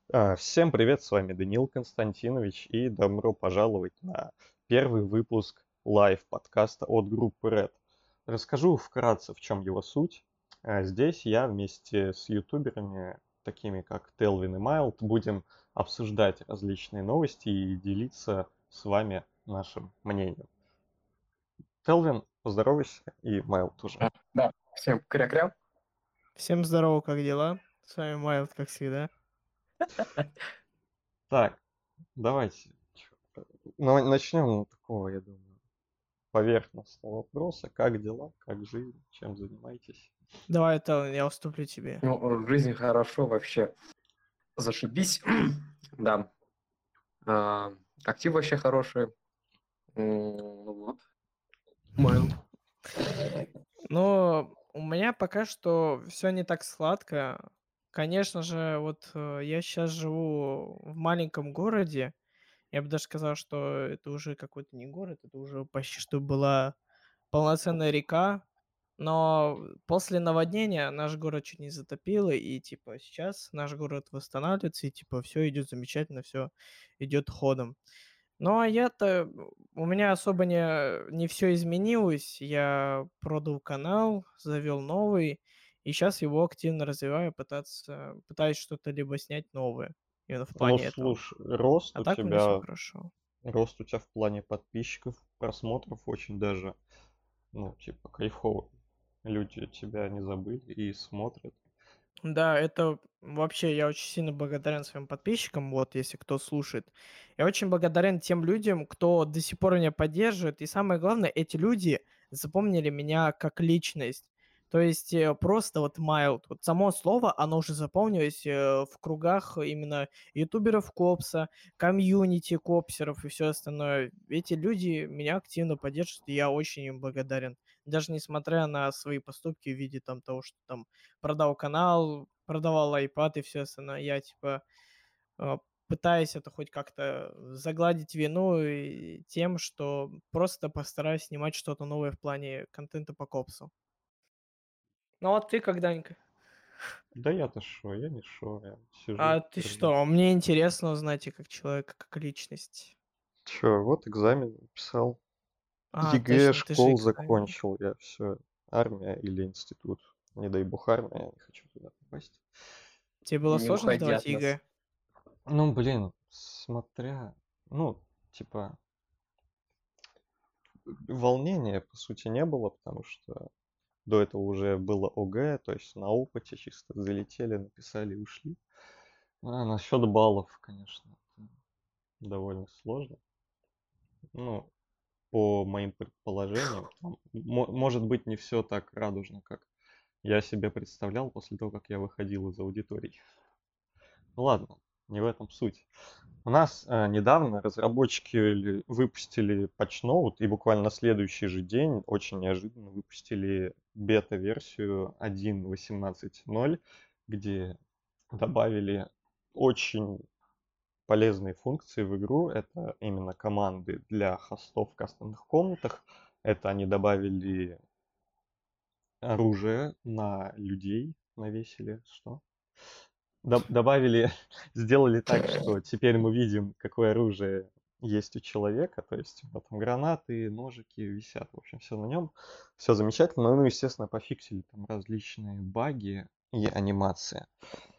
Всем привет, с вами Даниил Константинович, и добро пожаловать на первый выпуск лайв-подкаста от группы Red. Расскажу вкратце, в чем его суть. Здесь я вместе с ютуберами, такими как Телвин и Майлд, будем обсуждать различные новости и делиться с вами нашим мнением. Телвин, поздоровайся, и Майлд тоже. Да, всем кря-кря. Всем здорово, как дела? С вами Майлд, как всегда. Так, давайте. Начнем с такого, я думаю, поверхностного вопроса. Как дела? Как жизнь? Чем занимаетесь? Давай, Талон, я уступлю тебе. Ну, жизнь хорошо вообще. Зашибись. Да. Актив вообще хороший. Ну вот. Майл. Но у меня пока что все не так сладко. Конечно же, вот я сейчас живу в маленьком городе. Я бы даже сказал, что это уже какой-то не город, это уже почти что была полноценная река. Но после наводнения наш город чуть не затопило, и типа сейчас наш город восстанавливается, и типа все идет замечательно, все идет ходом. Ну, а я-то, у меня особо не все изменилось. Я продал канал, завел новый, и сейчас его активно развиваю, пытаюсь что-то либо снять новое, именно в Ну, плане этого. слушай, рост А у так у меня все тебя, хорошо. рост у тебя в плане подписчиков, просмотров очень даже, ну, типа, кайфовый. Люди тебя не забыли и смотрят. Да, это вообще я очень сильно благодарен своим подписчикам, вот, если кто слушает. Я очень благодарен тем людям, кто до сих пор меня поддерживает. И самое главное, эти люди запомнили меня как личность. То есть просто вот Mild, вот само слово, оно уже запомнилось в кругах именно ютуберов Копса, комьюнити Копсеров и все остальное. Эти люди меня активно поддерживают, и я очень им благодарен. Даже несмотря на свои поступки в виде там того, что там продал канал, продавал iPad и все остальное. Я типа а, пытаюсь это хоть как-то загладить вину и тем, что просто постараюсь снимать что-то новое в плане контента по копсу. Ну а ты как, Данька? Да я-то шо, я не шо, я сижу, А ты держу. что? Мне интересно узнать и как человека, как личность. Чё, вот экзамен писал. ЕГЭ, Точно, ты же школу экзамен. закончил, я все. Армия или институт. Не дай бог армия, я не хочу туда попасть. Тебе было Не сложно уходи сдавать от нас. ЕГЭ? Ну, блин, смотря, ну, типа, волнения, по сути, не было, потому что до этого уже было ОГЭ, то есть на опыте чисто залетели, написали и ушли. А насчет баллов, конечно, это довольно сложно. Ну, по моим предположениям, там, может быть, не все так радужно, как я себе представлял после того, как я выходил из аудитории. Ну ладно, не в этом суть. У нас недавно разработчики выпустили патчноут, и буквально на следующий же день, очень неожиданно, выпустили бета-версию 1.18.0, где добавили очень полезные функции в игру. Это именно команды для хостов в кастомных комнатах. Это они добавили оружие на людей, навесили, что? Добавили, сделали так, что теперь мы видим, какое оружие есть у человека, то есть вот там гранаты, ножики висят, в общем, все на нем, все замечательно, ну, естественно, пофиксили там различные баги и анимации.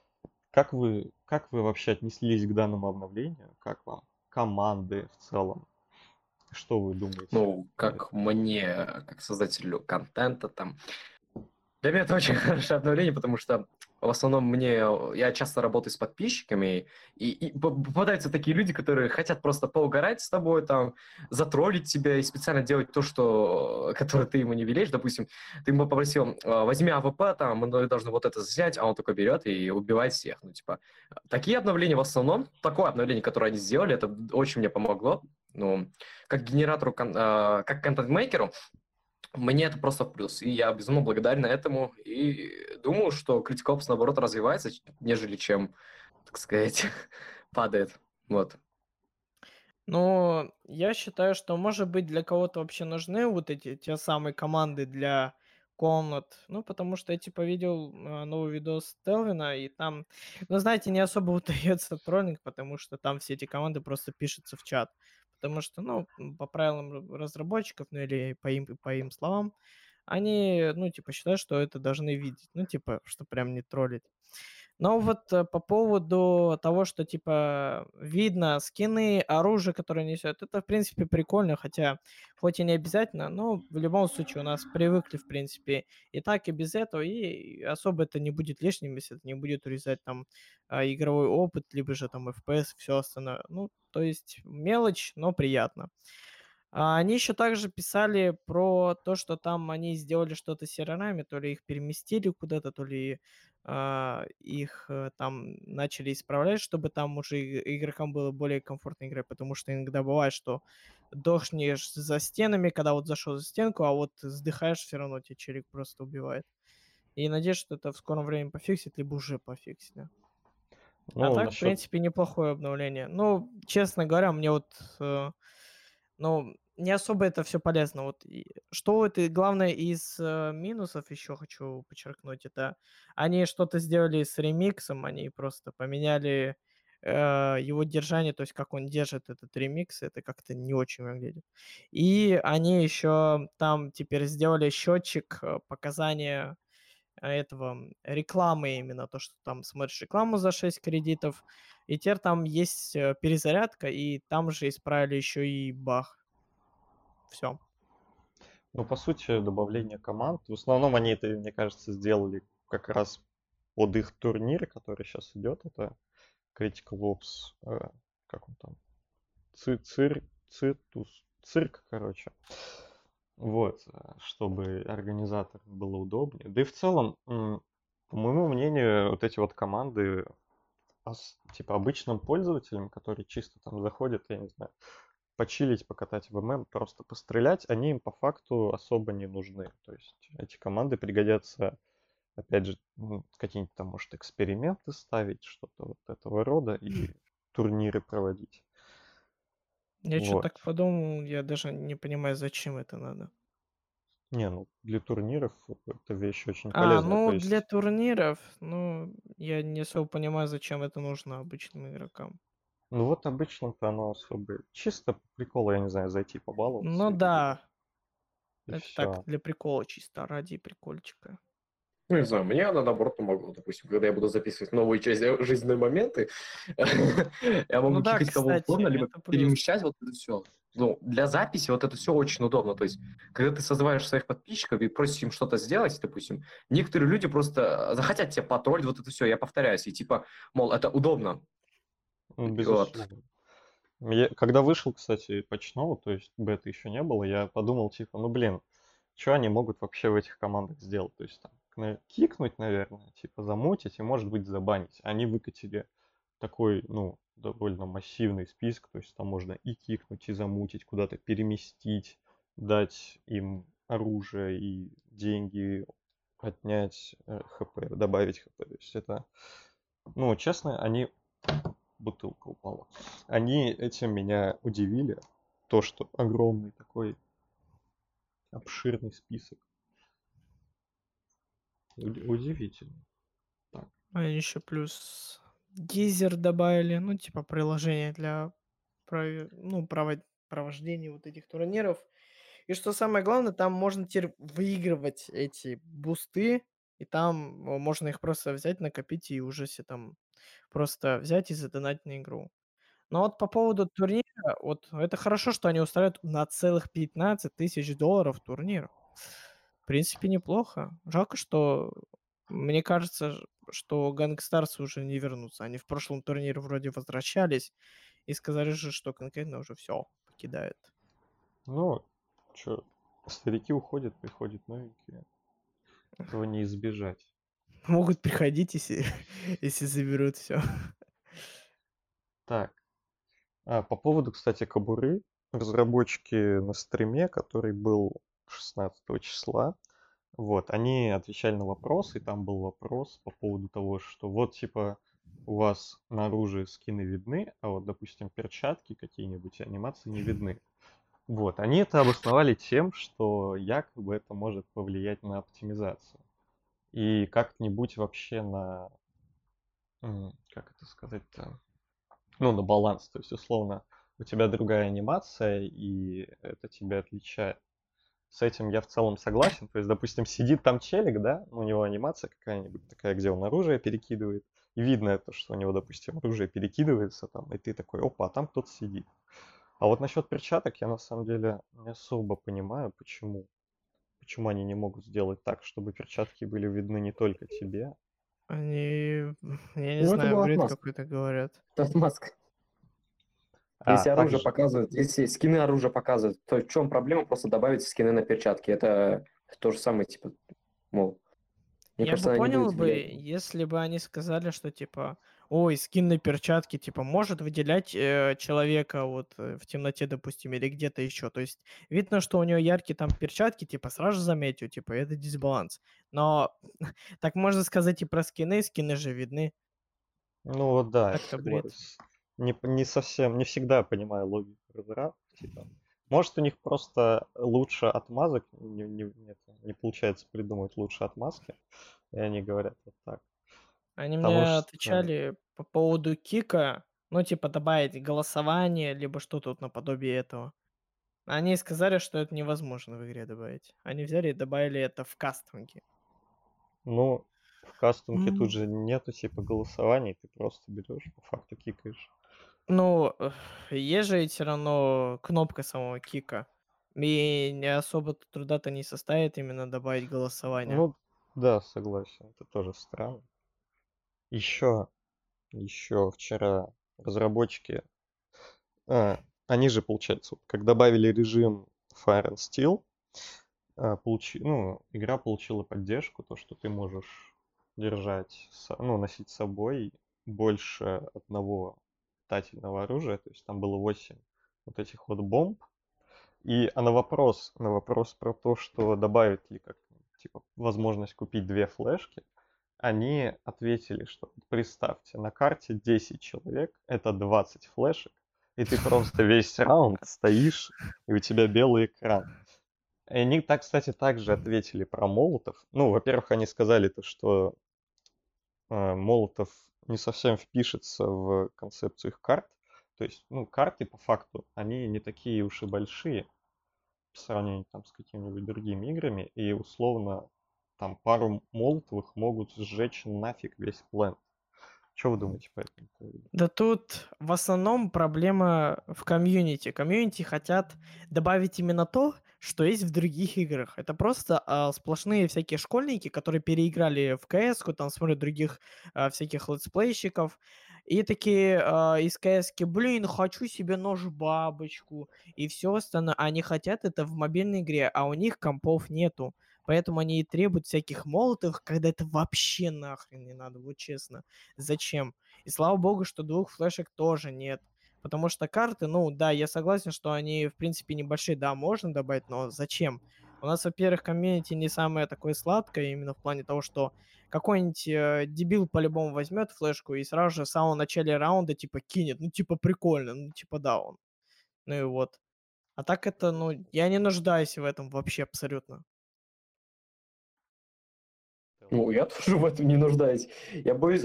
Как вы вообще отнеслись к данному обновлению? Как вам команды в целом? Что вы думаете Ну, про это? как мне, как создателю контента, там, для меня это очень хорошее обновление, потому что в основном я часто работаю с подписчиками, и попадаются такие люди, которые хотят просто поугарать с тобой, там, затроллить тебя и специально делать то, которое ты ему не велишь. Допустим, ты ему попросил, возьми АВП, там, мы должны вот это снять, а он такой берет и убивает всех. Ну, типа, такие обновления в основном, такое обновление, которое они сделали, это очень мне помогло. Ну, как генератору, как контент-мейкеру, мне это просто в плюс, и я безумно благодарен этому, и думаю, что Critical Ops, наоборот, развивается, нежели чем, так сказать, падает. Вот. Но я считаю, что, может быть, для кого-то вообще нужны вот эти те самые команды для комнат. Ну, потому что я, типа, видел новый видос Телвина, и там, ну, знаете, не особо удается троллинг, потому что там все эти команды просто пишутся в чат. Потому что, ну, по правилам разработчиков, ну, или по им словам, они, ну, типа, считают, что это должны видеть. Ну, типа, что прям не троллить. Но вот по поводу того, что типа видно скины, оружие, которое несет, это в принципе прикольно, хотя хоть и не обязательно, но в любом случае у нас привыкли в принципе и так, и без этого, и особо это не будет лишним, если это не будет урезать там игровой опыт, либо же там FPS, все остальное. Ну, то есть мелочь, но приятно. Они еще также писали про то, что там они сделали что-то с серверами, то ли их переместили куда-то, то ли их там начали исправлять, чтобы там уже игрокам было более комфортно играть, потому что иногда бывает, что дохнешь за стенами, когда вот зашел за стенку, а вот сдыхаешь, все равно тебя челик просто убивает. И надеюсь, что это в скором времени пофиксит, либо уже пофиксили. А Ну, так, в насчет... принципе, неплохое обновление. Ну, честно говоря, мне вот ну, не особо это все полезно. Вот что вот и главное из минусов еще хочу подчеркнуть, это они что-то сделали с ремиксом, они просто поменяли его держание, то есть как он держит этот ремикс, это как-то не очень выглядит. И они еще там теперь сделали счетчик показания этого рекламы именно, то, что там смотришь рекламу за 6 кредитов, и теперь там есть перезарядка, и там же исправили еще и баг. Все. Ну, по сути, добавление команд. В основном они это, мне кажется, сделали как раз под их турнир, который сейчас идет. Это Critical Ops, как он там? Цирк, короче. Вот, чтобы организаторам было удобнее. Да и в целом, по моему мнению, вот эти вот команды, типа обычным пользователям, которые чисто там заходят, я не знаю, почилить, покатать в ММ, просто пострелять, они им по факту особо не нужны. То есть эти команды пригодятся, опять же, какие-нибудь там, может, эксперименты ставить, что-то вот этого рода и турниры проводить. Я что то Вот. так подумал, я даже не понимаю, зачем это надо. Не, ну для турниров это вещь очень полезная. То Ну, для есть, турниров, ну, я не особо понимаю, зачем это нужно обычным игрокам. ну вот обычно-то оно особо чисто по приколу, я не знаю, зайти побаловаться Ну и да, это так, все. для прикола чисто, ради прикольчика. Ну, не знаю, мне она, наоборот, помогла. Допустим, когда я буду записывать новые части, жизненные моменты, я Ну могу да, кикать кого кстати, угодно, либо это плюс. перемещать вот это все. Ну, для записи вот это все очень удобно. То есть, когда ты созываешь своих подписчиков и просишь им что-то сделать, допустим, некоторые люди просто захотят тебя потроллить, вот это все, я повторяюсь, и типа, мол, это удобно. Ну, И вот. безусловно. Когда вышел, кстати, Patch Note, то есть бета еще не было, я подумал, типа, ну блин, что они могут вообще в этих командах сделать? То есть там кикнуть, наверное, типа замутить и, может быть, забанить. Они выкатили такой, ну, довольно массивный список, то есть там можно и кикнуть, и замутить, куда-то переместить, дать им оружие и деньги, отнять хп, добавить хп. То есть это, ну, честно, они... Бутылка упала. Они этим меня удивили. То, что огромный такой обширный список. Удивительно. Так. А еще плюс гизер добавили, ну, типа приложение для провождения вот этих турниров. И что самое главное, там можно теперь выигрывать эти бусты, и там можно их просто взять, накопить и уже себе там просто взять и задонатить на игру. Но вот по поводу турнира, вот это хорошо, что они устраивают на целых 15 тысяч долларов турнир. В принципе, неплохо. Жалко, что мне кажется, что Гангстарсы уже не вернутся. Они в прошлом турнире вроде возвращались и сказали же, что конкретно уже все покидают. Ну, что, старики уходят, приходят новенькие. Этого не избежать. Могут приходить, если, если заберут все. Так. По поводу, кстати, кобуры. Разработчики на стриме, который был 16 числа, вот, они отвечали на вопросы, и там был вопрос по поводу того, что вот, типа, у вас на оружии скины видны, а вот, допустим, перчатки какие-нибудь, анимации не видны. Вот, они это обосновали тем, что якобы это может повлиять на оптимизацию. И как-нибудь вообще на, как это сказать-то, ну, на баланс. То есть, условно, у тебя другая анимация, и это тебя отличает. С этим я в целом согласен. То есть, допустим, сидит там челик, да, у него анимация какая-нибудь такая, где он оружие перекидывает. И видно это, что у него, допустим, оружие перекидывается там, и ты такой, опа, а там кто-то сидит. А вот насчет перчаток я на самом деле не особо понимаю, почему. Почему они не могут сделать так, чтобы перчатки были видны не только тебе. Они, я не Ну, это знаю, была бред отмазка. какой-то говорят. Это отмазка. А Если оружие также, показывают, если скины оружия показывают, то в чем проблема просто добавить скины на перчатки? Это то же самое, типа, мол, мне Я бы кажется, она не понял будет бы, влиять. если бы они сказали, что типа, ой, скин на перчатки, типа, может выделять человека вот в темноте, допустим, или где-то еще. То есть видно, что у него яркие там перчатки, типа, сразу заметил, типа, это дисбаланс. Но так можно сказать и про скины, скины же видны. ну вот да, я Так-то бред. согласен. Не совсем, не всегда понимаю логику разработки. Типа. Может, у них просто лучше отмазок, не получается придумать лучше отмазки, и они говорят вот так. Они Потому мне что, отвечали по поводу кика, ну, типа, добавить голосование, либо что-то вот наподобие этого. Они сказали, что это невозможно в игре добавить. Они взяли и добавили это в кастомке. ну, в кастомке тут М. же нету типа голосований, ты просто берешь, по факту кикаешь. Ну, есть же все равно кнопка самого кика. И не особо труда-то не составит именно добавить голосование. Ну, да, согласен, это тоже странно. Еще, еще вчера разработчики, они же, получается, вот как добавили режим Fire and Steel, ну, игра получила поддержку, то, что ты можешь держать, ну, носить с собой больше одного метательного оружия, то есть там было 8 вот этих вот бомб. И на вопрос про то, что добавят ли как типа возможность купить две флешки, они ответили, что представьте, на карте 10 человек, это 20 флешек, и ты просто весь раунд стоишь, и у тебя белый экран. И они так, кстати, также ответили про молотов. Ну, во-первых, они сказали то, что молотов не совсем впишется в концепцию их карт. То есть, ну, карты по факту, они не такие уж и большие по сравнению там с какими-нибудь другими играми, и условно там пару молотовых могут сжечь нафиг весь план. Что вы думаете по этому поводу? Да тут в основном проблема в комьюнити. Комьюнити хотят добавить именно то, что есть в других играх. Это просто сплошные всякие школьники, которые переиграли в КС, там смотрят других всяких летсплейщиков, и такие из КС, блин, хочу себе нож-бабочку, и все остальное. Они хотят это в мобильной игре, а у них компов нету. Поэтому они и требуют всяких молотов, когда это вообще нахрен не надо, вот честно. Зачем? И слава богу, что двух флешек тоже нет. Потому что карты, ну да, я согласен, что они, в принципе, небольшие, да, можно добавить, но зачем? У нас, во-первых, комьюнити не самое такое сладкое, именно в плане того, что какой-нибудь дебил по-любому возьмет флешку и сразу же в самом начале раунда, типа, кинет. Ну, типа, прикольно, ну, типа, да, он. Ну и вот. А так это, ну, я не нуждаюсь в этом вообще абсолютно. Ну, я тоже в этом не нуждаюсь. Я боюсь,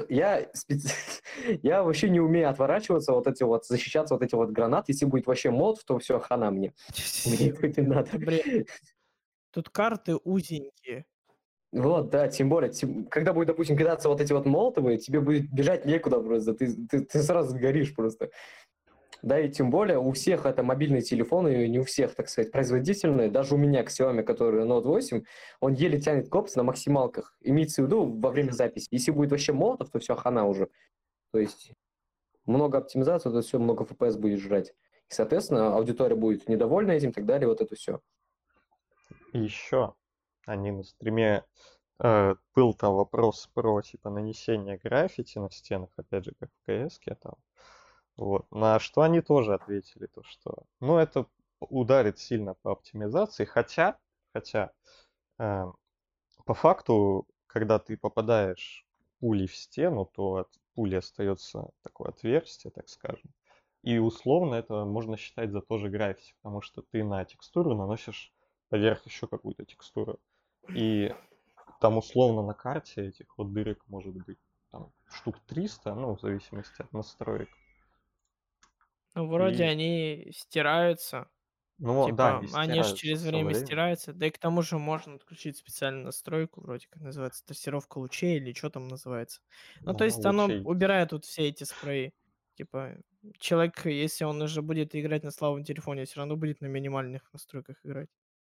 я вообще не умею отворачиваться, вот эти вот, защищаться от этих вот гранат. Если будет вообще мод, то все, хана мне. Мне это не надо. Это бред. Тут карты узенькие. Вот, да, тем более, когда будет, допустим, кидаться вот эти вот молотовые, тебе будет бежать некуда просто, ты сразу сгоришь просто. Да, и тем более у всех это мобильные телефоны, не у всех, так сказать, производительные. Даже у меня Xiaomi, который Note 8, он еле тянет копс на максималках. Имеется в виду во время записи. Если будет вообще молотов, то все, хана уже. То есть много оптимизации, то все, много FPS будет жрать. И, соответственно, аудитория будет недовольна этим и так далее, вот это все. И еще они на стриме был там вопрос про типа нанесение граффити на стенах, опять же, как в КС там. Вот. На что они тоже ответили, то что, ну, это ударит сильно по оптимизации, хотя э, по факту, когда ты попадаешь пулей в стену, то от пули остается такое отверстие, так скажем. И условно это можно считать за тоже граффити, потому что ты на текстуру наносишь поверх еще какую-то текстуру. И там условно на карте этих вот дырок может быть там штук 300, ну, в зависимости от настроек. Ну, вроде И, они стираются. ну, да, Типа, они они же стираются через со время временем. стираются. Да и к тому же можно отключить специальную настройку, вроде как называется, трассировка лучей или что там называется. Ну, то Ну, есть оно лучей. убирает вот все эти спреи. Типа, человек, если он уже будет играть на слабом телефоне, все равно будет на минимальных настройках играть.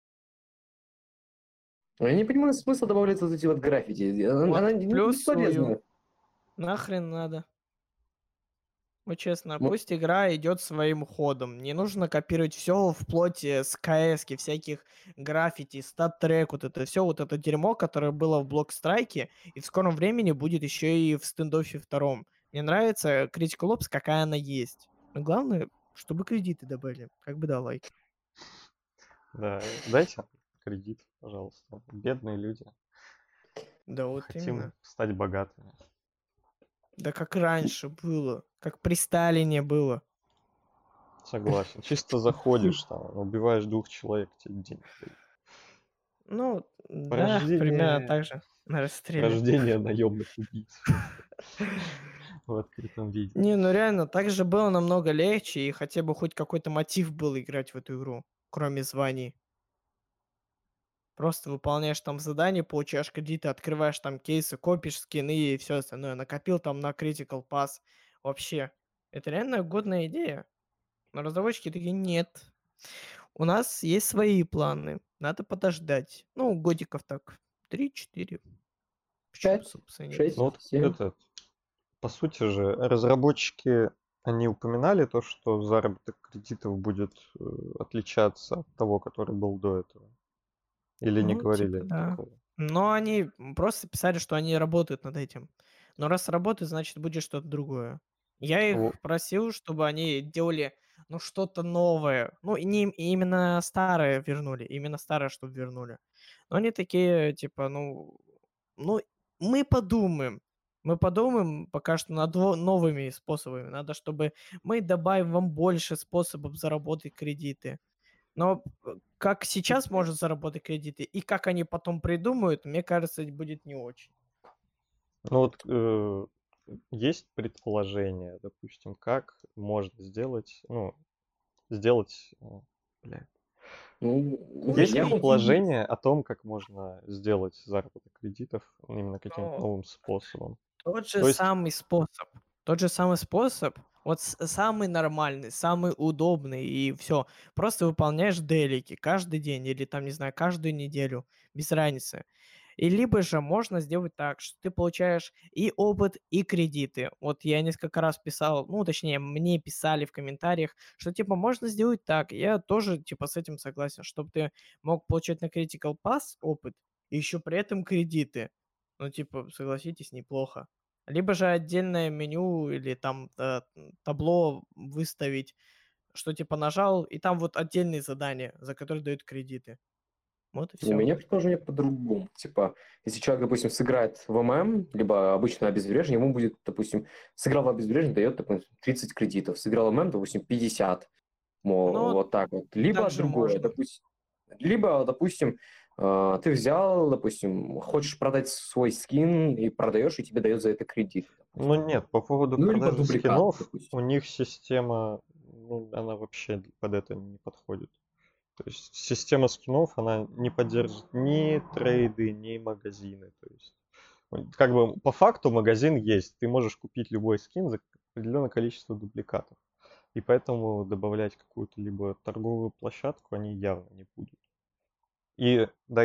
Я не понимаю смысла добавлять вот эти вот граффити. Вот Она плюсую. бесполезная. Нахрен надо. Вот честно, М- пусть игра идет своим ходом. Не нужно копировать все вплоть с КС, всяких граффити, стат-трек, вот это дерьмо, которое было в Блокстрайке, и в скором времени будет еще и в стендофе 2. Мне нравится Critical Ops, какая она есть. Но главное, чтобы кредиты добавили. Как бы да, лайк. Да, дайте кредит, пожалуйста. Бедные люди. Да вот Хотим именно. стать богатыми. Да как раньше было, как при Сталине было. Согласен. Чисто заходишь там, убиваешь 2 человек, тебе денег дают. Ну, да, примерно Порождение, так же на расстреле. порождение наемных убийц в открытом виде. Не, ну реально, так же было намного легче, и хотя бы хоть какой-то мотив был играть в эту игру, кроме званий. Просто выполняешь там задания, получаешь кредиты, открываешь там кейсы, копишь скины и все остальное. Накопил там на Critical Pass. Вообще, это реально годная идея. Но разработчики такие, нет. У нас есть свои планы. Надо подождать. Ну, годиков так 3-4. Почему, 5, собственно, нет? 6, Ну вот 7. по сути же, разработчики, они упоминали то, что заработок кредитов будет отличаться от того, который был до этого. Или не Ну, говорили типа, да. такого? Но они просто писали, что они работают над этим. Но раз работают, значит, будет что-то другое. Я Во- их просил, чтобы они делали, ну, что-то новое. Ну, и не и именно старое вернули, именно старое, чтобы вернули. Но они такие, типа, ну, мы подумаем. Мы подумаем пока что над новыми способами. Надо, чтобы мы добавим вам больше способов заработать кредиты. Но как сейчас может заработать кредиты и как они потом придумают, мне кажется, будет не очень. Ну вот есть предположение, допустим, как можно сделать, ну, сделать, бля, Ну, есть я Куча вот... идей. предположение о том, как можно сделать заработок кредитов именно каким-то Но новым способом. тот же То есть, самый способ. Тот же самый способ. Вот самый нормальный, самый удобный и все. Просто выполняешь делики каждый день или там, не знаю, каждую неделю. Без разницы. И либо же можно сделать так, что ты получаешь и опыт, и кредиты. Вот я несколько раз писал, ну, точнее, мне писали в комментариях, что, типа, можно сделать так. Я тоже, типа, с этим согласен, чтобы ты мог получать на Critical Pass опыт, и еще при этом кредиты. Ну, типа, согласитесь, неплохо. Либо же отдельное меню или там табло выставить, что, типа, нажал, и там вот отдельные задания, за которые дают кредиты. Вот и У все. меня предположение по-другому. Типа, если человек, допустим, сыграет в ММ, либо обычно обезврежение, ему будет, допустим, сыграл в обезврежение, дает, допустим, 30 кредитов. Сыграл в ММ, допустим, 50. Мол, Ну, вот так вот. Либо также другое, можно. допустим. Либо, допустим, ты взял, допустим, хочешь продать свой скин и продаешь, и тебе дает за это кредит, ну допустим. нет, по поводу Ну, либо продажи дубликат, скинов, допустим. у них система, ну, она вообще под это не подходит. То есть система скинов, она не поддержит ни трейды, ни магазины. То есть, как бы по факту магазин есть. Ты можешь купить любой скин за определенное количество дубликатов. И поэтому добавлять какую-то либо торговую площадку они явно не будут. И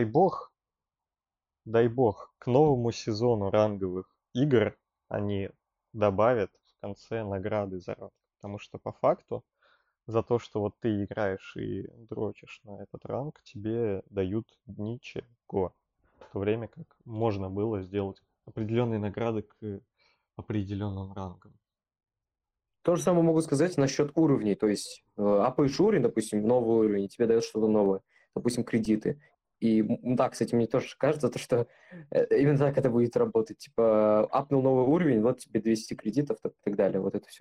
дай бог, к новому сезону ранговых игр они добавят в конце награды за ранг. Потому что по факту за то, что вот ты играешь и дрочишь на этот ранг, тебе дают ничего. В то время как можно было сделать определенные награды к определенным рангам. То же самое могу сказать насчет уровней. То есть апаешь уровень, допустим, новый уровень, и тебе дает что-то новое, допустим, кредиты. И да, кстати, мне тоже кажется, то, что именно так это будет работать. Типа, апнул новый уровень, вот тебе 200 кредитов и так далее. Вот это все.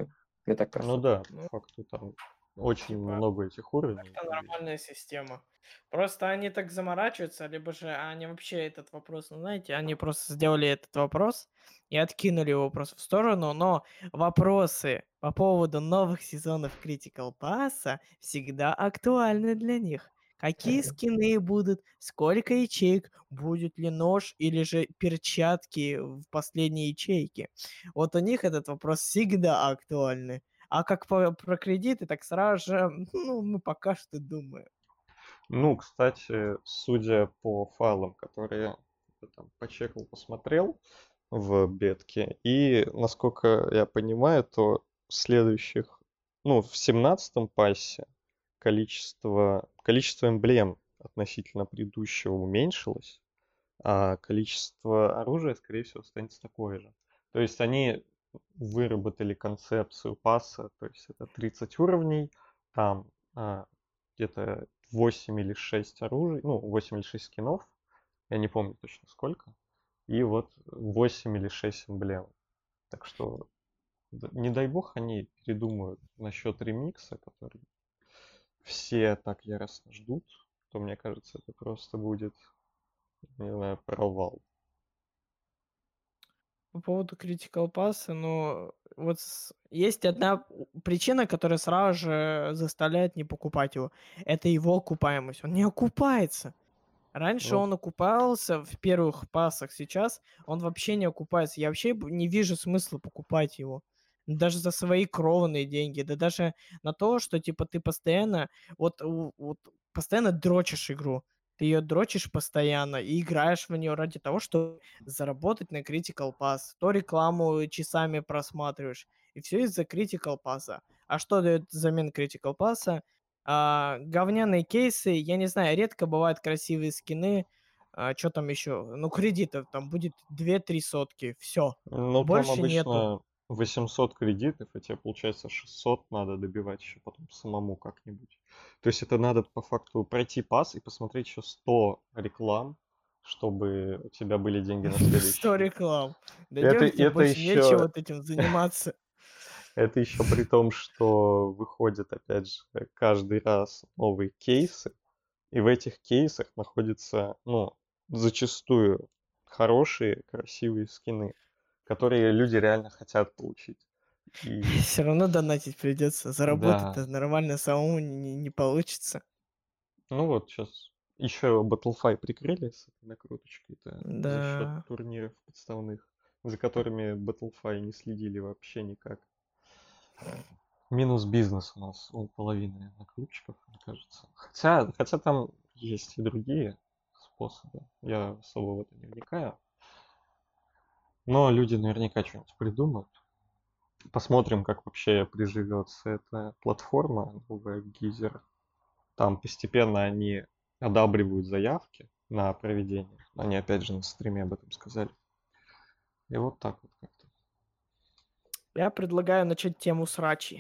мне так Ну кажется. да, по Ну, факту там очень типа, много этих уровней. это И, нормальная система. Просто они так заморачиваются, либо же они вообще этот вопрос, ну, знаете, они просто сделали этот вопрос и откинули его просто в сторону, но вопросы по поводу новых сезонов Critical Pass всегда актуальны для них. Какие скины будут, сколько ячеек, будет ли нож или же перчатки в последней ячейке. Вот у них этот вопрос всегда актуальный. А как про кредиты, так сразу же, ну, мы пока что думаем. ну, кстати, судя по файлам, которые я там почекал, посмотрел в бетке, и насколько я понимаю, то в следующих, ну, в 17-м пассе количество эмблем относительно предыдущего уменьшилось, а количество оружия, скорее всего, останется такое же. То есть они выработали концепцию пасса, то есть это 30 уровней, там где-то 8 или 6 оружий, ну, 8 или 6 скинов, я не помню точно сколько, и вот 8 или 6 эмблем. Так что, не дай бог, они передумают насчет ремикса, который все так яростно ждут, то, мне кажется, это просто будет, не знаю, провал. По поводу Critical Pass, ну, вот есть одна причина, которая сразу же заставляет не покупать его. Это его окупаемость. Он не окупается. Раньше Ну, он окупался в первых пассах, сейчас он вообще не окупается. Я вообще не вижу смысла покупать его. Даже за свои кровные деньги, да даже на то, что типа ты постоянно вот постоянно дрочишь игру. Ты ее дрочишь постоянно и играешь в нее ради того, чтобы заработать на Critical Pass. То рекламу часами просматриваешь. И все из-за Critical Pass. А что дает взамен Critical Pass? Говняные кейсы, я не знаю, редко бывают красивые скины. Что там еще? Ну, кредитов там будет 2-3 сотки. Все. ну, там Больше нету. обычно 800 кредитов, и тебе, получается, 600 надо добивать еще потом самому как-нибудь. То есть это надо по факту пройти пас и посмотреть еще 100 реклам, чтобы у тебя были деньги на 100 следующий. реклам. Это, Дойдемте, это больше нечего еще, вот этим заниматься. это еще при том, что выходят, опять же, каждый раз новые кейсы, и в этих кейсах находятся, ну, зачастую хорошие, красивые скины, которые люди реально хотят получить. И Все равно донатить придется. да, Заработать-то нормально самому не получится. ну вот сейчас еще Battlefy прикрыли с этой накруточкой-то за счет Да. турниров подставных, за которыми Battlefy не следили вообще никак. Минус бизнес у нас у половины накрутчиков, мне кажется. Хотя там есть и другие способы. Я особо в это не вникаю. Но люди наверняка что-нибудь придумают. Посмотрим, как вообще приживется эта платформа, новая Гизер. Там постепенно они одабривают заявки на проведение. Они опять же на стриме об этом сказали. И вот так вот как-то. Я предлагаю начать тему срачи.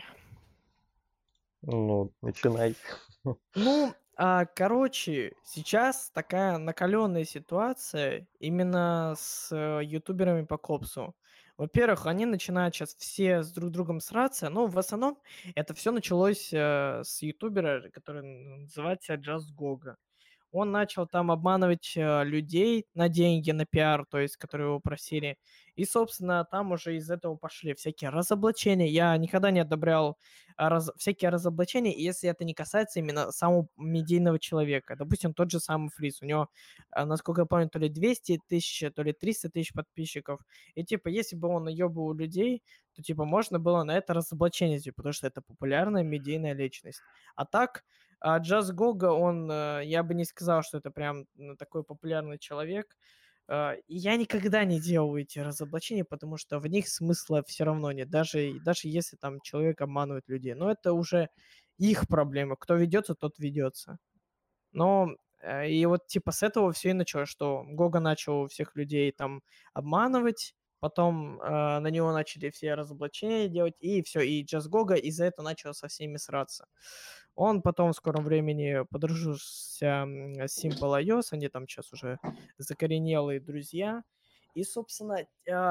Ну, начинай. Ну, короче, сейчас такая накаленная ситуация именно с ютуберами по копсу. Во-первых, они начинают сейчас все с друг другом сраться, но в основном это все началось с ютубера, который называется Just Goga. Он начал там обманывать людей на деньги, на пиар, то есть, которые его просили. И, собственно, там уже из этого пошли всякие разоблачения. Я никогда не одобрял всякие разоблачения, если это не касается именно самого медийного человека. Допустим, тот же самый Фриз. У него, насколько я помню, то ли 200 тысяч, то ли 300 тысяч подписчиков. И, типа, если бы он наебывал людей, то, типа, можно было на это разоблачение сделать, потому что это популярная медийная личность. А так, Джаз Гога, он, я бы не сказал, что это прям такой популярный человек. И я никогда не делал эти разоблачения, потому что в них смысла все равно нет, даже если там человек обманывает людей. Но это уже их проблема. Кто ведется, тот ведется. Но и вот типа с этого все и началось, что Гога начал всех людей там обманывать, потом на него начали все разоблачения делать, и все, и Джаз Гога из-за этого начал со всеми сраться. Он потом в скором времени подружился с Simple iOS, они там сейчас уже закоренелые друзья. И, собственно,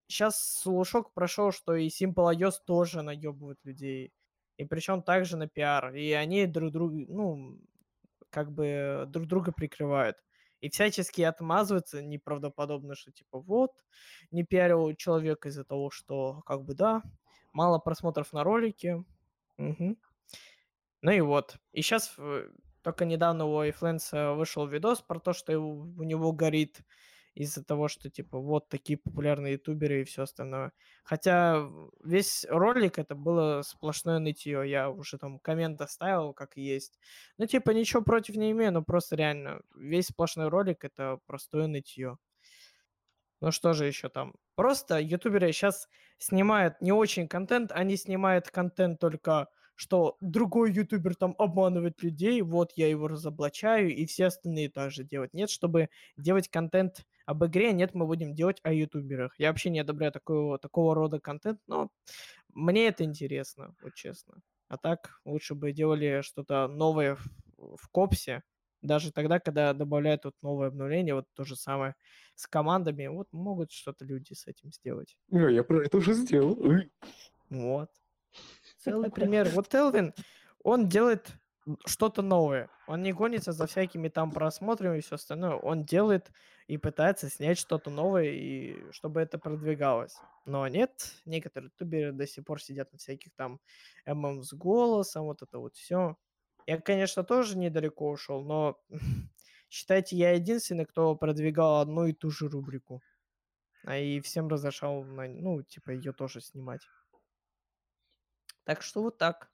сейчас слушок прошел, что и Simple iOS тоже наебывают людей. И причем также на пиар. И они друг друга, ну, как бы друг друга прикрывают. И всячески отмазываются неправдоподобно, что типа вот, не пиарил человека из-за того, что как бы да, мало просмотров на ролике. Мгм. Ну и вот. И сейчас только недавно у iFluence вышел видос про то, что у него горит из-за того, что типа вот такие популярные ютуберы и все остальное. Хотя весь ролик это было сплошное нытье. Я уже там коммент оставил, как и есть. Ну типа ничего против не имею, но просто реально весь сплошной ролик это простое нытье. Ну что же еще там? Просто ютуберы сейчас снимают не очень контент, они снимают контент только, что другой ютубер там обманывает людей, вот я его разоблачаю, и все остальные также делают. Нет, чтобы делать контент об игре, нет, мы будем делать о ютуберах. Я вообще не одобряю такого рода контент, но мне это интересно, вот честно. А так лучше бы делали что-то новое в Копсе, даже тогда, когда добавляют вот новое обновление, вот то же самое с командами, вот могут что-то люди с этим сделать. Я про это уже сделал. Вот. Целый пример. Вот Элвин, он делает что-то новое. Он не гонится за всякими там просмотрами и все остальное. Он делает и пытается снять что-то новое, и чтобы это продвигалось. Но нет, некоторые ютуберы до сих пор сидят на всяких там ММ с голосом, вот это вот все. Я, конечно, тоже недалеко ушел, но считайте, я единственный, кто продвигал одну и ту же рубрику. И всем разрешал, ну, типа, ее тоже снимать. Так что вот так.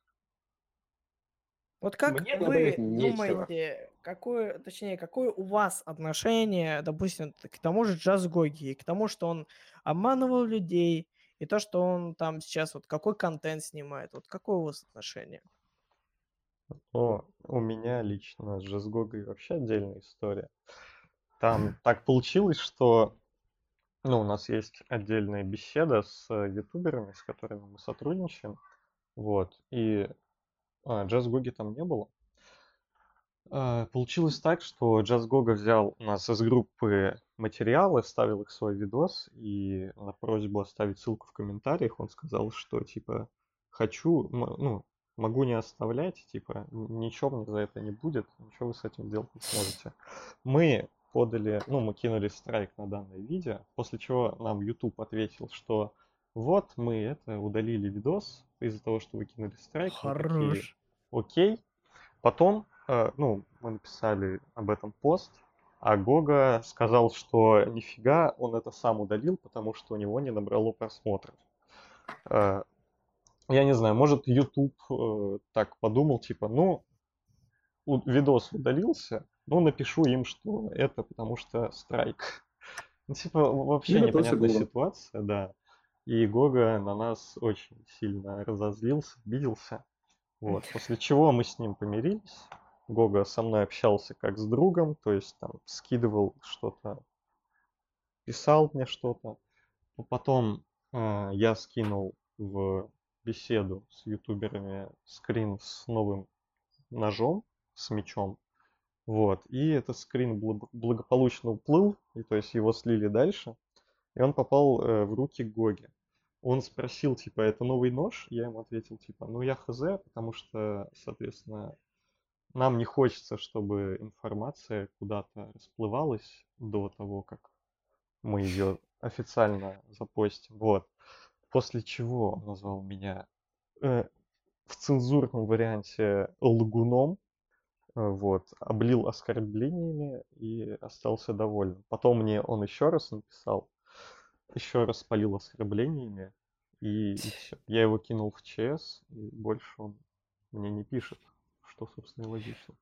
Вот как Мне добавить вы нечего. думаете, какое у вас отношение, допустим, к тому же Джаз Гоги, и к тому, что он обманывал людей, и то, что он там сейчас, вот какой контент снимает, вот какое у вас отношение? Но у меня лично с Джазгогой вообще отдельная история. Там так получилось, что ну, у нас есть отдельная беседа с ютуберами, с которыми мы сотрудничаем. Вот. И Джаз-Гоги там не было. Получилось так, что Джаз Гога взял у нас из группы материалы, вставил их в свой видос, и на просьбу оставить ссылку в комментариях он сказал, что типа хочу, ну, могу не оставлять, типа ничего мне за это не будет, ничего вы с этим делать не сможете. Мы подали, ну, мы кинули страйк на данное видео, после чего нам YouTube ответил, что вот мы это удалили видос из-за того, что вы кинули страйк, мы такие, Хорош. окей. Потом, ну, мы написали об этом пост, а Гога сказал, что нифига, он это сам удалил, потому что у него не набрало просмотров. Я не знаю, может, YouTube так подумал, типа, ну, видос удалился, ну, напишу им, что это потому что страйк. Ну, типа, вообще Я тоже непонятная согласен. ситуация, да. И Гога на нас очень сильно разозлился, обиделся. Вот. После чего мы с ним помирились. Гога со мной общался как с другом, то есть там скидывал что-то, писал мне что-то. Потом я скинул в беседу с ютуберами скрин с новым ножом, с мечом. Вот. И этот скрин благополучно уплыл, и то есть его слили дальше. И он попал в руки Гоги. Он спросил, типа, это новый нож? Я ему ответил, типа, ну я хз, потому что, соответственно, нам не хочется, чтобы информация куда-то расплывалась до того, как мы ее официально запостим. Вот. После чего он назвал меня в цензурном варианте лгуном, вот, облил оскорблениями и остался доволен. Потом мне он еще раз написал, еще раз полил оскорблениями, и все. Я его кинул в ЧС, и больше он мне не пишет, что, собственно, и логично.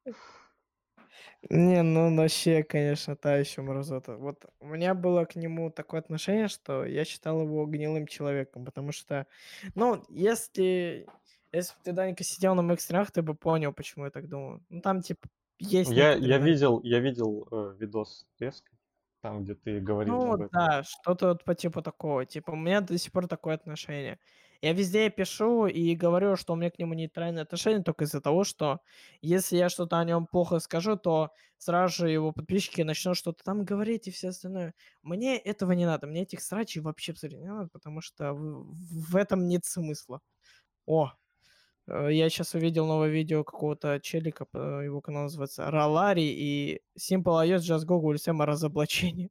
Не, ну вообще, конечно, та еще мразота. Вот у меня было к нему такое отношение, что я считал его гнилым человеком, потому что, ну, если бы ты, Данька, сидел на моих стримах, ты бы понял, почему я так думаю. Ну, там, типа, есть Я, некоторые я моменты. видел видос с Теской, там, где ты говорил об Ну, этом. да, что-то вот по типу такого. Типа, у меня до сих пор такое отношение. Я везде пишу и говорю, что у меня к нему нейтральное отношение только из-за того, что если я что-то о нем плохо скажу, то сразу же его подписчики начнут что-то там говорить и все остальное. Мне этого не надо, мне этих срачей вообще абсолютно не надо, потому что в этом нет смысла. О, я сейчас увидел новое видео какого-то челика, его канал называется Ролари, и Simple iOS Just Google Сэма разоблачение.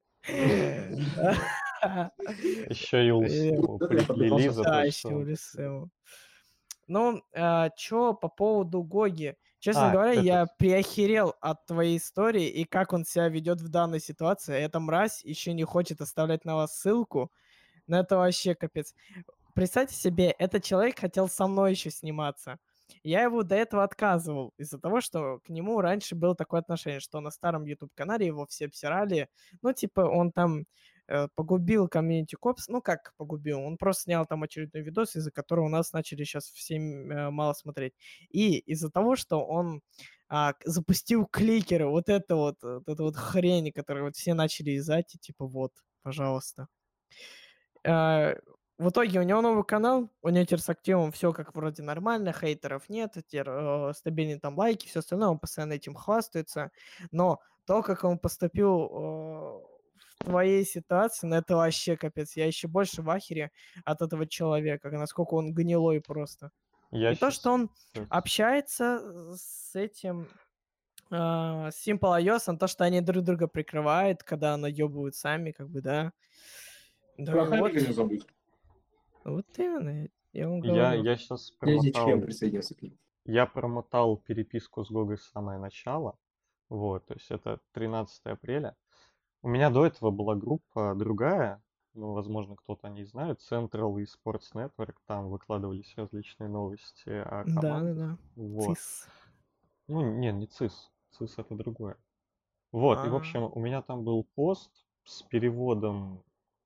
Еще и Улсему Вот это я приплели подписался. за Да, то, еще что... Улисему. Ну, чё по поводу Гоги? Честно А, говоря, я этот, приохерел от твоей истории и как он себя ведет в данной ситуации. Эта мразь еще не хочет оставлять на вас ссылку. Ну, это вообще капец. Представьте себе, этот человек хотел со мной еще сниматься. Я его до этого отказывал из-за того, что к нему раньше было такое отношение, что на старом YouTube-канале его все обсирали. Ну, типа, он там погубил комьюнити копс. Ну, как погубил? Он просто снял там очередной видос, из-за которого у нас начали сейчас все мало смотреть. И из-за того, что он запустил кликеры, вот эту вот хрень, которую вот все начали изать, и типа вот, пожалуйста. Э, В итоге у него новый канал, у него теперь с активом все как вроде нормально, хейтеров нет, теперь стабильные там лайки, все остальное, он постоянно этим хвастается. Но то, как он поступил в твоей ситуации, ну это вообще капец. Я еще больше в ахере от этого человека, насколько он гнилой просто. я И то, сейчас... что он общается с этим, с Simple iOS, то, что они друг друга прикрывают, когда наебывают сами, как бы, да. Да Про и вот. Хамика не забудь. Вот именно, я вам Я, говорю. я сейчас Дядя Член промотал... присоединился к ним. Я промотал переписку с Гогой с самое начало. Вот, то есть это 13 апреля. У меня до этого была группа другая, ну, возможно, кто-то не знает, Central и Sports Network, там выкладывались различные новости о командах. Да-да-да. Вот. Цис. Ну, не ЦИС. ЦИС это другое. Вот, и в общем, у меня там был пост с переводом,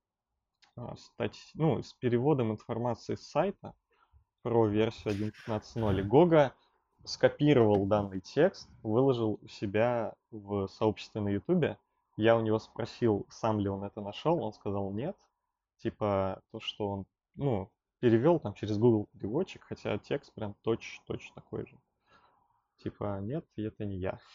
ну, с переводом информации с сайта про версию 1.15.0. И Гога скопировал данный текст, выложил у себя в сообществе на Ютубе. Я у него спросил, сам ли он это нашел, он сказал нет. Типа то, что он, ну, перевел там через Google переводчик, хотя текст прям точь такой же. Типа нет, и это не я.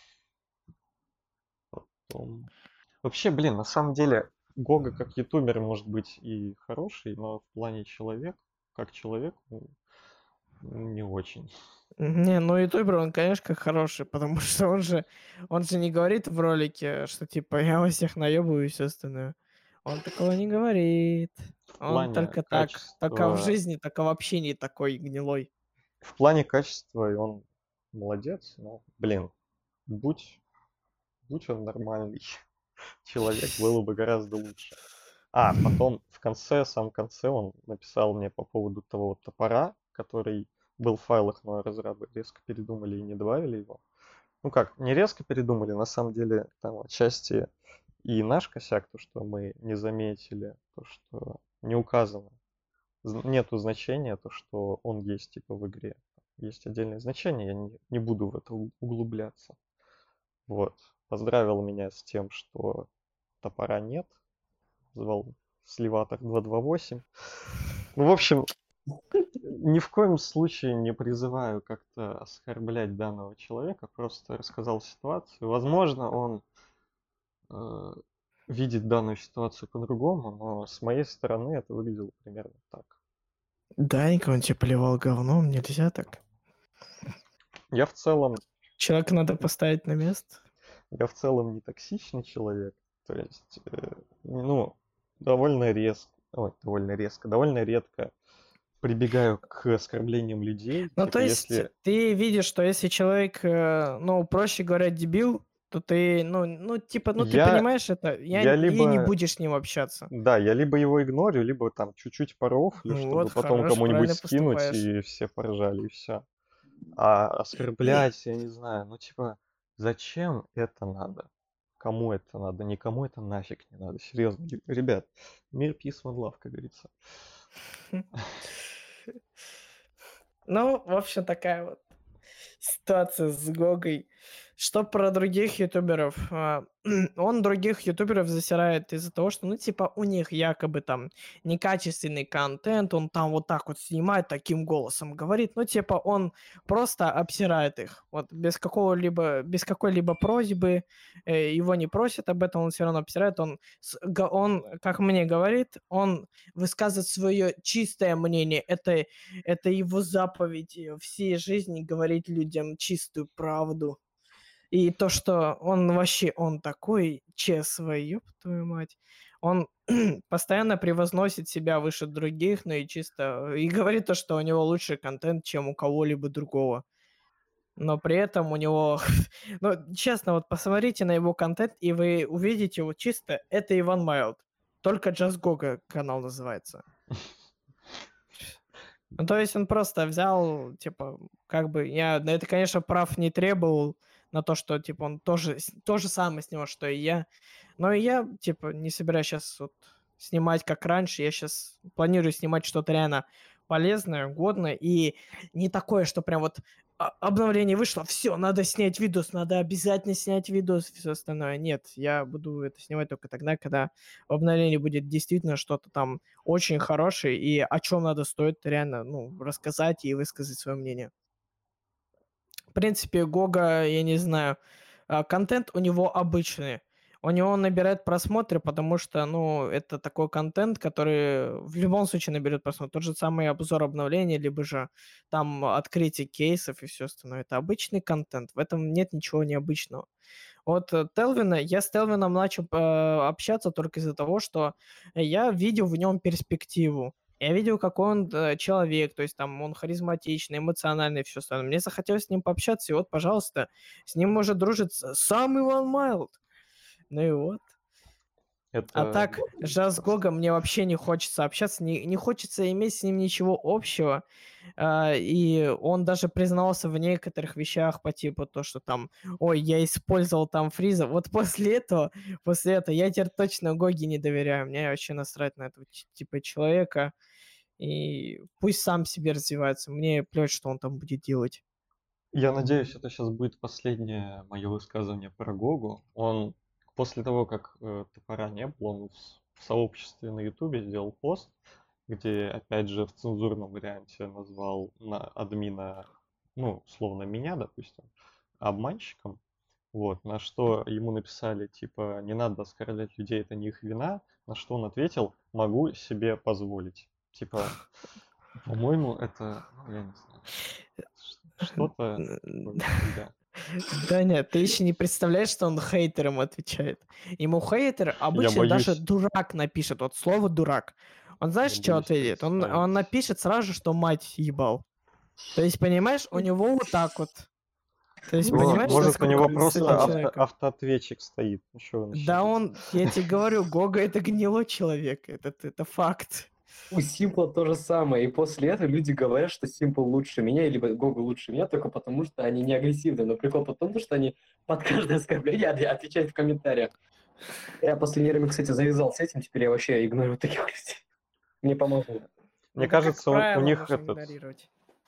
Потом... Вообще, блин, на самом деле Гога как ютубер может быть и хороший, но в плане человек, как человек, ну, не очень. Не, ну ютубер, он, конечно, хороший, потому что он же не говорит в ролике, что типа я вас всех наебываю и все остальное. Он такого не говорит. В Он плане только так. Только в качества, жизни, только в общении такой гнилой. в плане качества он молодец, но, блин, будь, будь он нормальный человек, было бы гораздо лучше. А, потом в самом конце он написал мне по поводу того вот топора, который был в файлах, но разрабы резко передумали и не добавили его. Ну как, не резко передумали, на самом деле там отчасти и наш косяк, то, что мы не заметили, то, что не указано, нету значения, то, что он есть типа в игре. Есть отдельное значение, я не буду в это углубляться. Вот. Поздравил меня с тем, что топора нет. Звал Сливатор 228. Ну, в общем, ни в коем случае не призываю как-то оскорблять данного человека, просто рассказал ситуацию. Возможно, он видит данную ситуацию по-другому, но с моей стороны это выглядело примерно так. Данька, он тебе плевал говном, нельзя так. Я в целом Человека надо поставить на место. Я в целом не токсичный человек, то есть, ну, довольно довольно редко прибегаю к оскорблениям людей. Ну, Типа, то есть если ты видишь, что если человек, ну, проще говоря, дебил, то ты, типа, ну, ты я, понимаешь это, я и не либо, будешь с ним общаться. да, я либо его игнорю, либо там чуть-чуть порофлю, Ну чтобы вот, потом хорошо, кому-нибудь правильно скинуть, поступаешь. и все поржали, и все. А оскорблять, я не знаю, ну, типа, зачем это надо? Кому это надо? Никому это нафиг не надо. Серьезно, ребят, мир, peace, one love, как говорится. Ну, в общем, такая вот ситуация с Гогой. Что про других ютуберов? Он других ютуберов засирает из-за того, что, ну, типа, у них якобы там некачественный контент, он там вот так вот снимает, таким голосом говорит, ну, типа, он просто обсирает их. Вот без какой-либо просьбы, его не просят об этом, он все равно обсирает. Он, как мне говорит, он высказывает свое чистое мнение. Это его заповедь всей жизни говорить людям чистую правду. И то, что он такой ЧСВ, ёб твою мать. Он постоянно превозносит себя выше других, ну и чисто и говорит то, что у него лучший контент, чем у кого-либо другого. Но при этом у него ну, честно, вот посмотрите на его контент, и вы увидите вот чисто это Иван Майлд. Только Just Goga канал называется. Ну, то есть он просто взял, типа, как бы, я на это, конечно, прав не требовал, на то, что, типа, он то же самое снимал, что и я. Но и я, типа, не собираюсь сейчас вот снимать как раньше. Я сейчас планирую снимать что-то реально полезное, годное, и не такое, что прям вот обновление вышло, все, надо снять видос, надо обязательно снять видос, все остальное. Нет, я буду это снимать только тогда, когда в обновлении будет действительно что-то там очень хорошее, и о чем надо стоит реально, ну, рассказать и высказать свое мнение. В принципе, Гога, я не знаю, контент у него обычный. У него он набирает просмотры, потому что, ну, это такой контент, который в любом случае наберет просмотр. Тот же самый обзор обновлений, либо же там открытие кейсов и все остальное. Это обычный контент, в этом нет ничего необычного. Вот я с Телвином начал общаться только из-за того, что я видел в нем перспективу. Я видел, какой он человек, то есть там он харизматичный, эмоциональный и все остальное. Мне захотелось с ним пообщаться, и вот, пожалуйста, с ним может дружить сам Иван Майлд. Ну и вот. А Это так, с Гогом мне вообще не хочется общаться, не хочется иметь с ним ничего общего. И он даже признался в некоторых вещах по типу то, что там, ой, я использовал там фриза. Вот после этого я теперь точно Гоги не доверяю. Мне вообще насрать на этого типа человека. И пусть сам себе развивается. Мне плевать, что он там будет делать. Я надеюсь, это сейчас будет последнее мое высказывание про Гогу. Он после того, как топора не было, он в сообществе на Ютубе сделал пост, где, опять же, в цензурном варианте назвал админа, ну, словно меня, допустим, обманщиком. Вот, на что ему написали, типа, не надо оскорблять людей, это не их вина. На что он ответил, могу себе позволить. Типа, по-моему, это, ну, я не знаю, что-то такое, да. Да нет, ты еще не представляешь, что он хейтерам отвечает. Ему хейтер Я обычно даже боюсь, дурак напишет. Вот слово дурак. Он знаешь, я что боюсь ответит? Он представить. напишет сразу же, что мать ебал. То есть, понимаешь, у него вот так вот. То есть, Ну, понимаешь, Может, у него насколько с этим просто человеком? автоответчик стоит. Ну, что вы Да начинаете? я тебе говорю, Гога это гнилой человек, это факт. У Симпла то же самое. И после этого люди говорят, что Симпл лучше меня, или Гога лучше меня, только потому что они не агрессивны. Но прикол в том, что они под каждое оскорбление отвечают в комментариях. Я последнее время, кстати, завязал с этим, теперь я вообще игнорирую таких людей. Мне помогло. Мне Это, как кажется, у правило, них нужно этот игнорировать.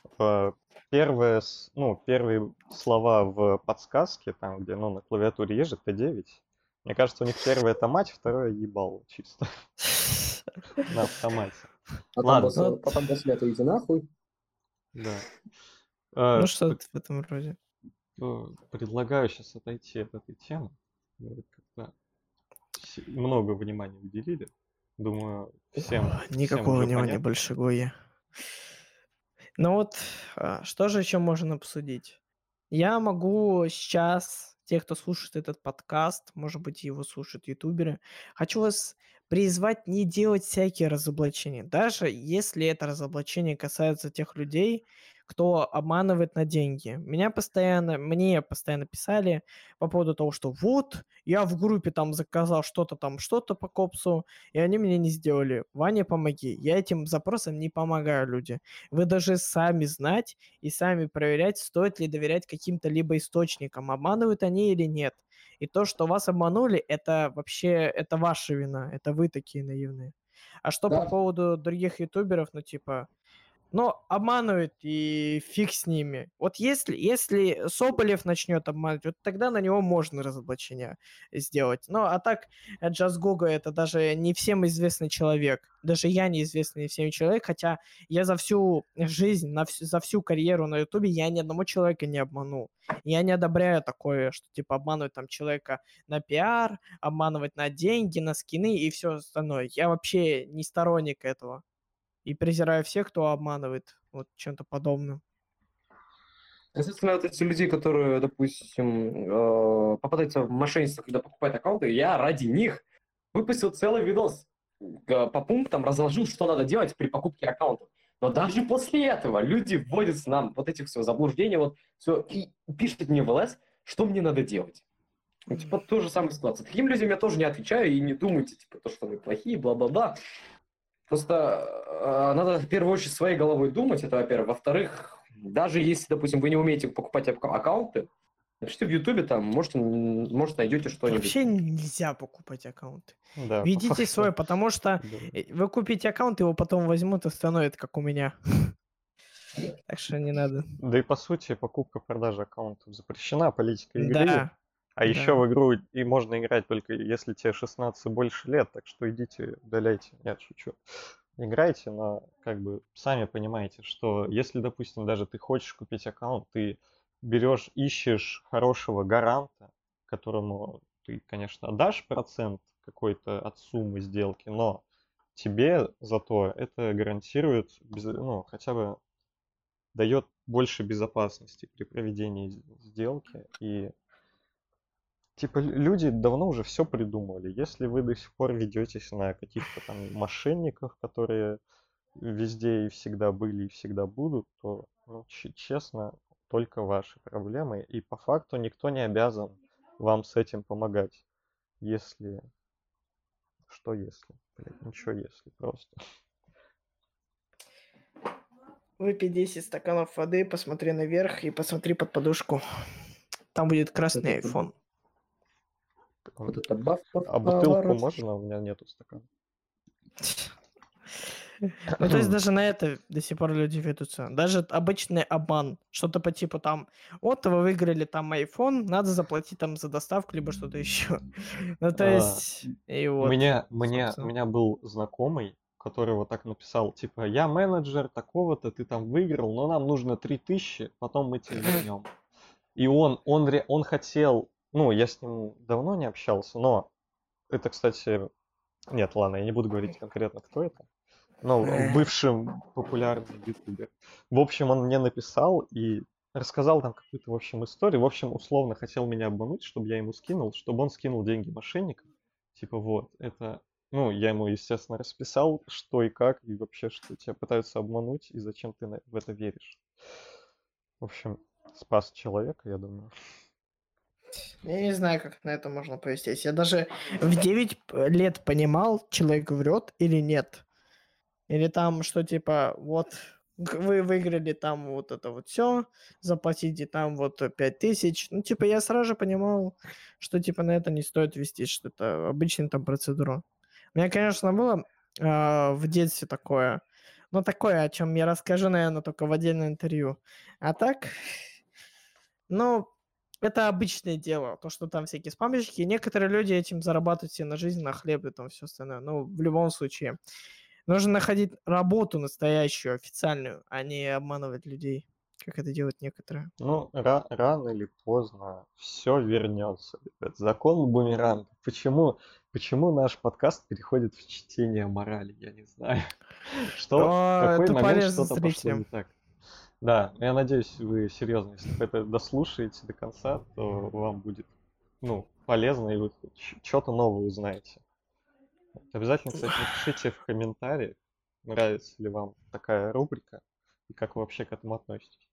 первые слова в подсказке, там, где, ну, на клавиатуре есть же Т9. Мне кажется, у них первое это мать, второе ебало чисто на автомате. Ладно, Потом после этого иди нахуй. да. Ну, что-то в этом роде. Предлагаю сейчас отойти от этой темы. Мы как-то много внимания уделили. Думаю, всем Никакого уже внимания понятно. больше Гоя. Ну вот, что же еще можно обсудить? Я могу сейчас, те, кто слушает этот подкаст, может быть, его слушают ютуберы, хочу вас призвать не делать всякие разоблачения. Даже если это разоблачение касается тех людей, кто обманывает на деньги. Мне постоянно писали по поводу того, что вот, я в группе там заказал что-то по копсу, и они мне не сделали. Ваня, помоги. Я этим запросам не помогаю, люди. Вы должны сами знать и сами проверять, стоит ли доверять каким-то либо источникам, обманывают они или нет. И то, что вас обманули, это вообще, это ваша вина, это вы такие наивные. А что по Да. поводу других ютуберов, ну типа, Но обманывают, и фиг с ними. Вот если Соболев начнет обманывать, вот тогда на него можно разоблачение сделать. Ну, а так, Джаз Гога это даже не всем известный человек. Даже я неизвестный всем человек, хотя я за всю жизнь, за всю карьеру на Ютубе я ни одного человека не обманул. Я не одобряю такое, что типа обманывать там человека на пиар, обманывать на деньги, на скины и все остальное. Я вообще не сторонник этого. И презираю всех, кто обманывает вот чем-то подобным. Естественно, вот эти люди, которые, допустим, попадаются в мошенничество, когда покупают аккаунты, я ради них выпустил целый видос. По пунктам разложил, что надо делать при покупке аккаунта. Но даже после этого люди вводят нам вот этих все заблуждения, вот все, и пишут мне в ЛС, что мне надо делать. Ну, типа, то же самое ситуация. Таким людям я тоже не отвечаю, и не думайте, типа, то, что вы плохие, бла-бла-бла. Просто надо в первую очередь своей головой думать, это во-первых. Во-вторых, даже если, допустим, вы не умеете покупать аккаунты, напишите в Ютубе, там, может, найдете что-нибудь. Вообще нельзя покупать аккаунты. Да, по Ведите факту, свой, потому что да. вы купите аккаунт, его потом возьмут и установят, как у меня. Так что не надо. Да и по сути покупка-продажа аккаунтов запрещена, политика игры. Да, А еще да. в игру и можно играть только если тебе 16 и больше лет, так что идите, удаляйте. Нет, шучу. Играйте, но как бы сами понимаете, что если, допустим, даже ты хочешь купить аккаунт, ты берешь, ищешь хорошего гаранта, которому ты, конечно, дашь процент какой-то от суммы сделки, но тебе зато это гарантирует, ну, хотя бы дает больше безопасности при проведении сделки. И типа люди давно уже все придумали. Если вы до сих пор ведетесь на каких-то там мошенников, которые везде и всегда были и всегда будут, то, ну, честно, только ваши проблемы. И по факту никто не обязан вам с этим помогать. Если... Что если? Блядь, ничего если, просто. Выпей 10 стаканов воды, посмотри наверх и посмотри под подушку. Там будет красный iPhone. Вот это баф. А бутылку можно? У меня нету стакана. Ну, то есть даже на это до сих пор люди ведутся. Даже обычный обман. Что-то по типу там, вот вы выиграли там iPhone, надо заплатить там за доставку, либо что-то еще. Ну, то есть, и У вот. меня был знакомый, который вот так написал, типа, я менеджер такого-то, ты там выиграл, но нам нужно 3000, потом мы тебе вернем. И он хотел, ну, я с ним давно не общался, но это, кстати, нет, ладно, я не буду говорить конкретно, кто это. Ну, бывшим популярным ютубер. В общем, он мне написал и рассказал там какую-то, в общем, историю. В общем, условно хотел меня обмануть, чтобы я ему скинул, чтобы он скинул деньги мошенникам. Типа вот, это... Ну, я ему, естественно, расписал, что и как, и вообще, что тебя пытаются обмануть, и зачем ты в это веришь. В общем, спас человека, я думаю. Я не знаю, как на это можно повестись. Я даже в 9 лет понимал, человек врет или нет. Или там, что типа, вот, вы выиграли там вот это вот все, заплатите там вот 5000. Ну, типа, я сразу же понимал, что типа на это не стоит вести, что это обычная там процедура. У меня, конечно, было в детстве такое, но такое, о чем я расскажу, наверное, только в отдельном интервью. А так, ну, это обычное дело, то, что там всякие спамщики. Некоторые люди этим зарабатывают себе на жизнь, на хлеб и там все остальное. Ну, в любом случае. Нужно находить работу настоящую, официальную, а не обманывать людей, как это делают некоторые. Ну, рано или поздно все вернется, ребят. Закон бумеранга. Почему наш подкаст переходит в чтение морали? Я не знаю. Что, в какой это момент полезно что-то пошло не зрителям. так. Да, я надеюсь, вы серьезно, если вы это дослушаете до конца, то вам будет, ну, полезно, и вы что-то новое узнаете. Обязательно, кстати, напишите в комментариях, нравится ли вам такая рубрика, и как вы вообще к этому относитесь.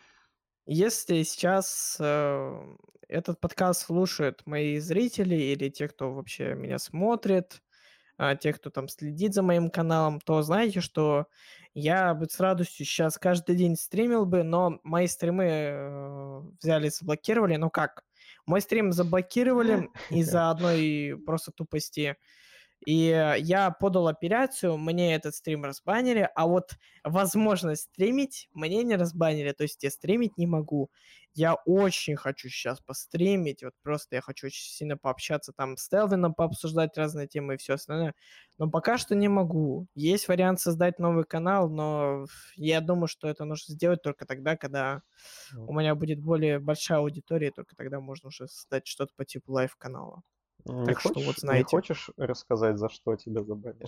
Если сейчас этот подкаст слушают мои зрители или те, кто вообще меня смотрит, те, кто там следит за моим каналом, то знаете, что я бы с радостью сейчас каждый день стримил бы, но мои стримы взяли, заблокировали. Ну как? Мой стрим заблокировали из-за одной просто тупости И я подал апелляцию, мне этот стрим разбанили, а вот возможность стримить мне не разбанили, то есть я стримить не могу. Я очень хочу сейчас постримить, вот просто я хочу очень сильно пообщаться там с Телвином, пообсуждать разные темы и все остальное, но пока что не могу. Есть вариант создать новый канал, но я думаю, что это нужно сделать только тогда, когда у меня будет более большая аудитория, и только тогда можно уже создать что-то по типу лайв-канала. Не Так что вот не знаете. хочешь рассказать, за что тебя забанили?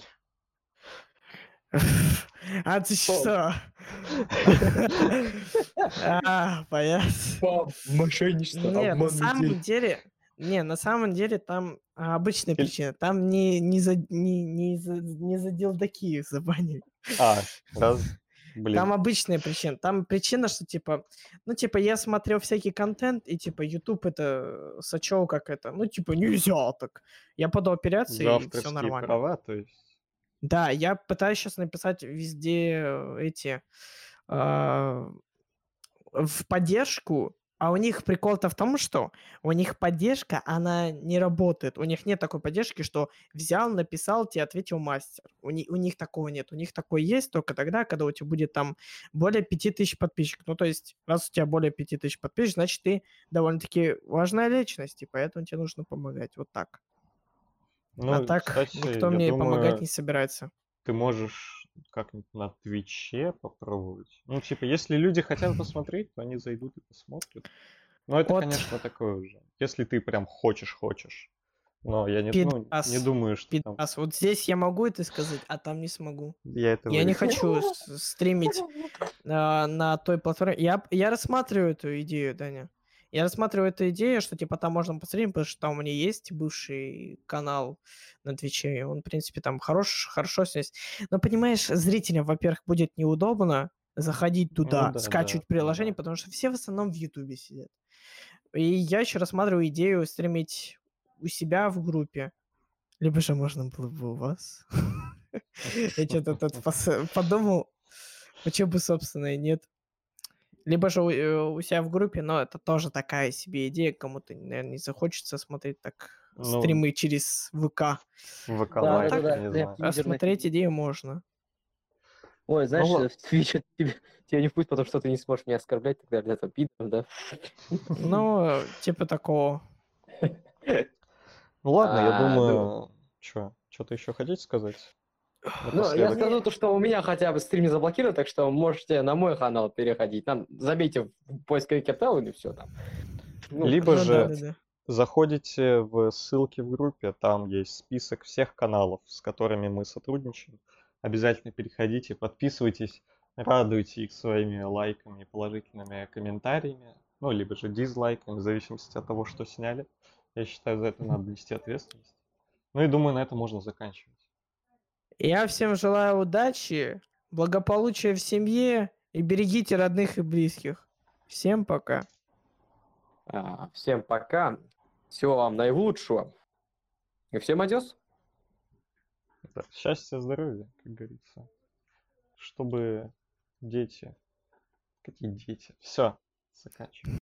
А ты что? Понятно. Мошенничество, Нет, на обман самом людей. деле, на самом деле там обычная Или- причина. Там не за дилдаки забанили. Раз, блин. Там обычная причина. Там причина, что типа, я смотрел всякий контент, и типа YouTube это сочел как это, нельзя так. Я подал апелляцию, За и все авторские нормально. права, то есть... Да, я пытаюсь сейчас написать везде эти а, в поддержку, а у них прикол-то в том, что у них поддержка, она не работает. У них нет такой поддержки, что взял, написал, тебе ответил мастер. У них такого нет. У них такое есть только тогда, когда у тебя будет там более 5000 подписчиков. Ну, то есть, раз у тебя более 5000 подписчиков, значит, ты довольно-таки важная личность, и поэтому тебе нужно помогать. Вот так. А Ну, так кстати, никто я мне помогать думаю, не собирается. ты можешь как-нибудь на Твиче попробовать. Ну, типа, если люди хотят посмотреть, то они зайдут и посмотрят. Но это, Вот конечно, такое уже. Если ты прям хочешь. Но я не пидас. думаю, что там... Пидас. Вот здесь я могу это сказать, а там не смогу. Я это Я не вырежу. хочу стримить на той платформе. Я рассматриваю эту идею, Даня. Я рассматриваю эту идею, что типа там можно постримить, потому что там у меня есть бывший канал на Твиче, и он, в принципе, там хорошо снес. Но, понимаешь, зрителям, во-первых, будет неудобно заходить Ну туда, да, да, скачивать приложение, понимаю. потому что все в основном в Ютубе сидят. И я еще рассматриваю идею стримить у себя в группе. Либо же можно было бы у вас. Я что-то тут подумал, почему бы, собственно, и нет. Либо же у себя в группе, но это тоже такая себе идея. Кому-то, наверное, не захочется смотреть так Ну, стримы через ВК. ВК Ну, а Лайв, так я не Для знаю. юзерных. смотреть идею можно. Ой, Ну, знаешь, в Twitch тебя не впустят, потому что ты не сможешь меня оскорблять, тогда для этого пидор, да? Ну, типа такого. ну ладно, я Ну, думаю... Что-то еще хотите сказать? я Напоследок. скажу то, что у меня хотя бы стрим не заблокирован, так что можете на мой канал переходить. Там забейте в поисковике Телвин и все там. Ну, Либо Ну же да. заходите в ссылки в группе, там есть список всех каналов, с которыми мы сотрудничаем. Обязательно переходите, подписывайтесь, радуйте их своими лайками и положительными комментариями, ну, либо же дизлайками, в зависимости от того, что сняли. Я считаю, за это надо нести ответственность. Ну и думаю, на этом можно заканчивать. Я всем желаю удачи, благополучия в семье и берегите родных и близких. Всем пока. всем пока. Всего вам наилучшего. И всем адьос. Да, счастья, здоровья, как говорится. Чтобы дети... Какие дети? Все, заканчиваем.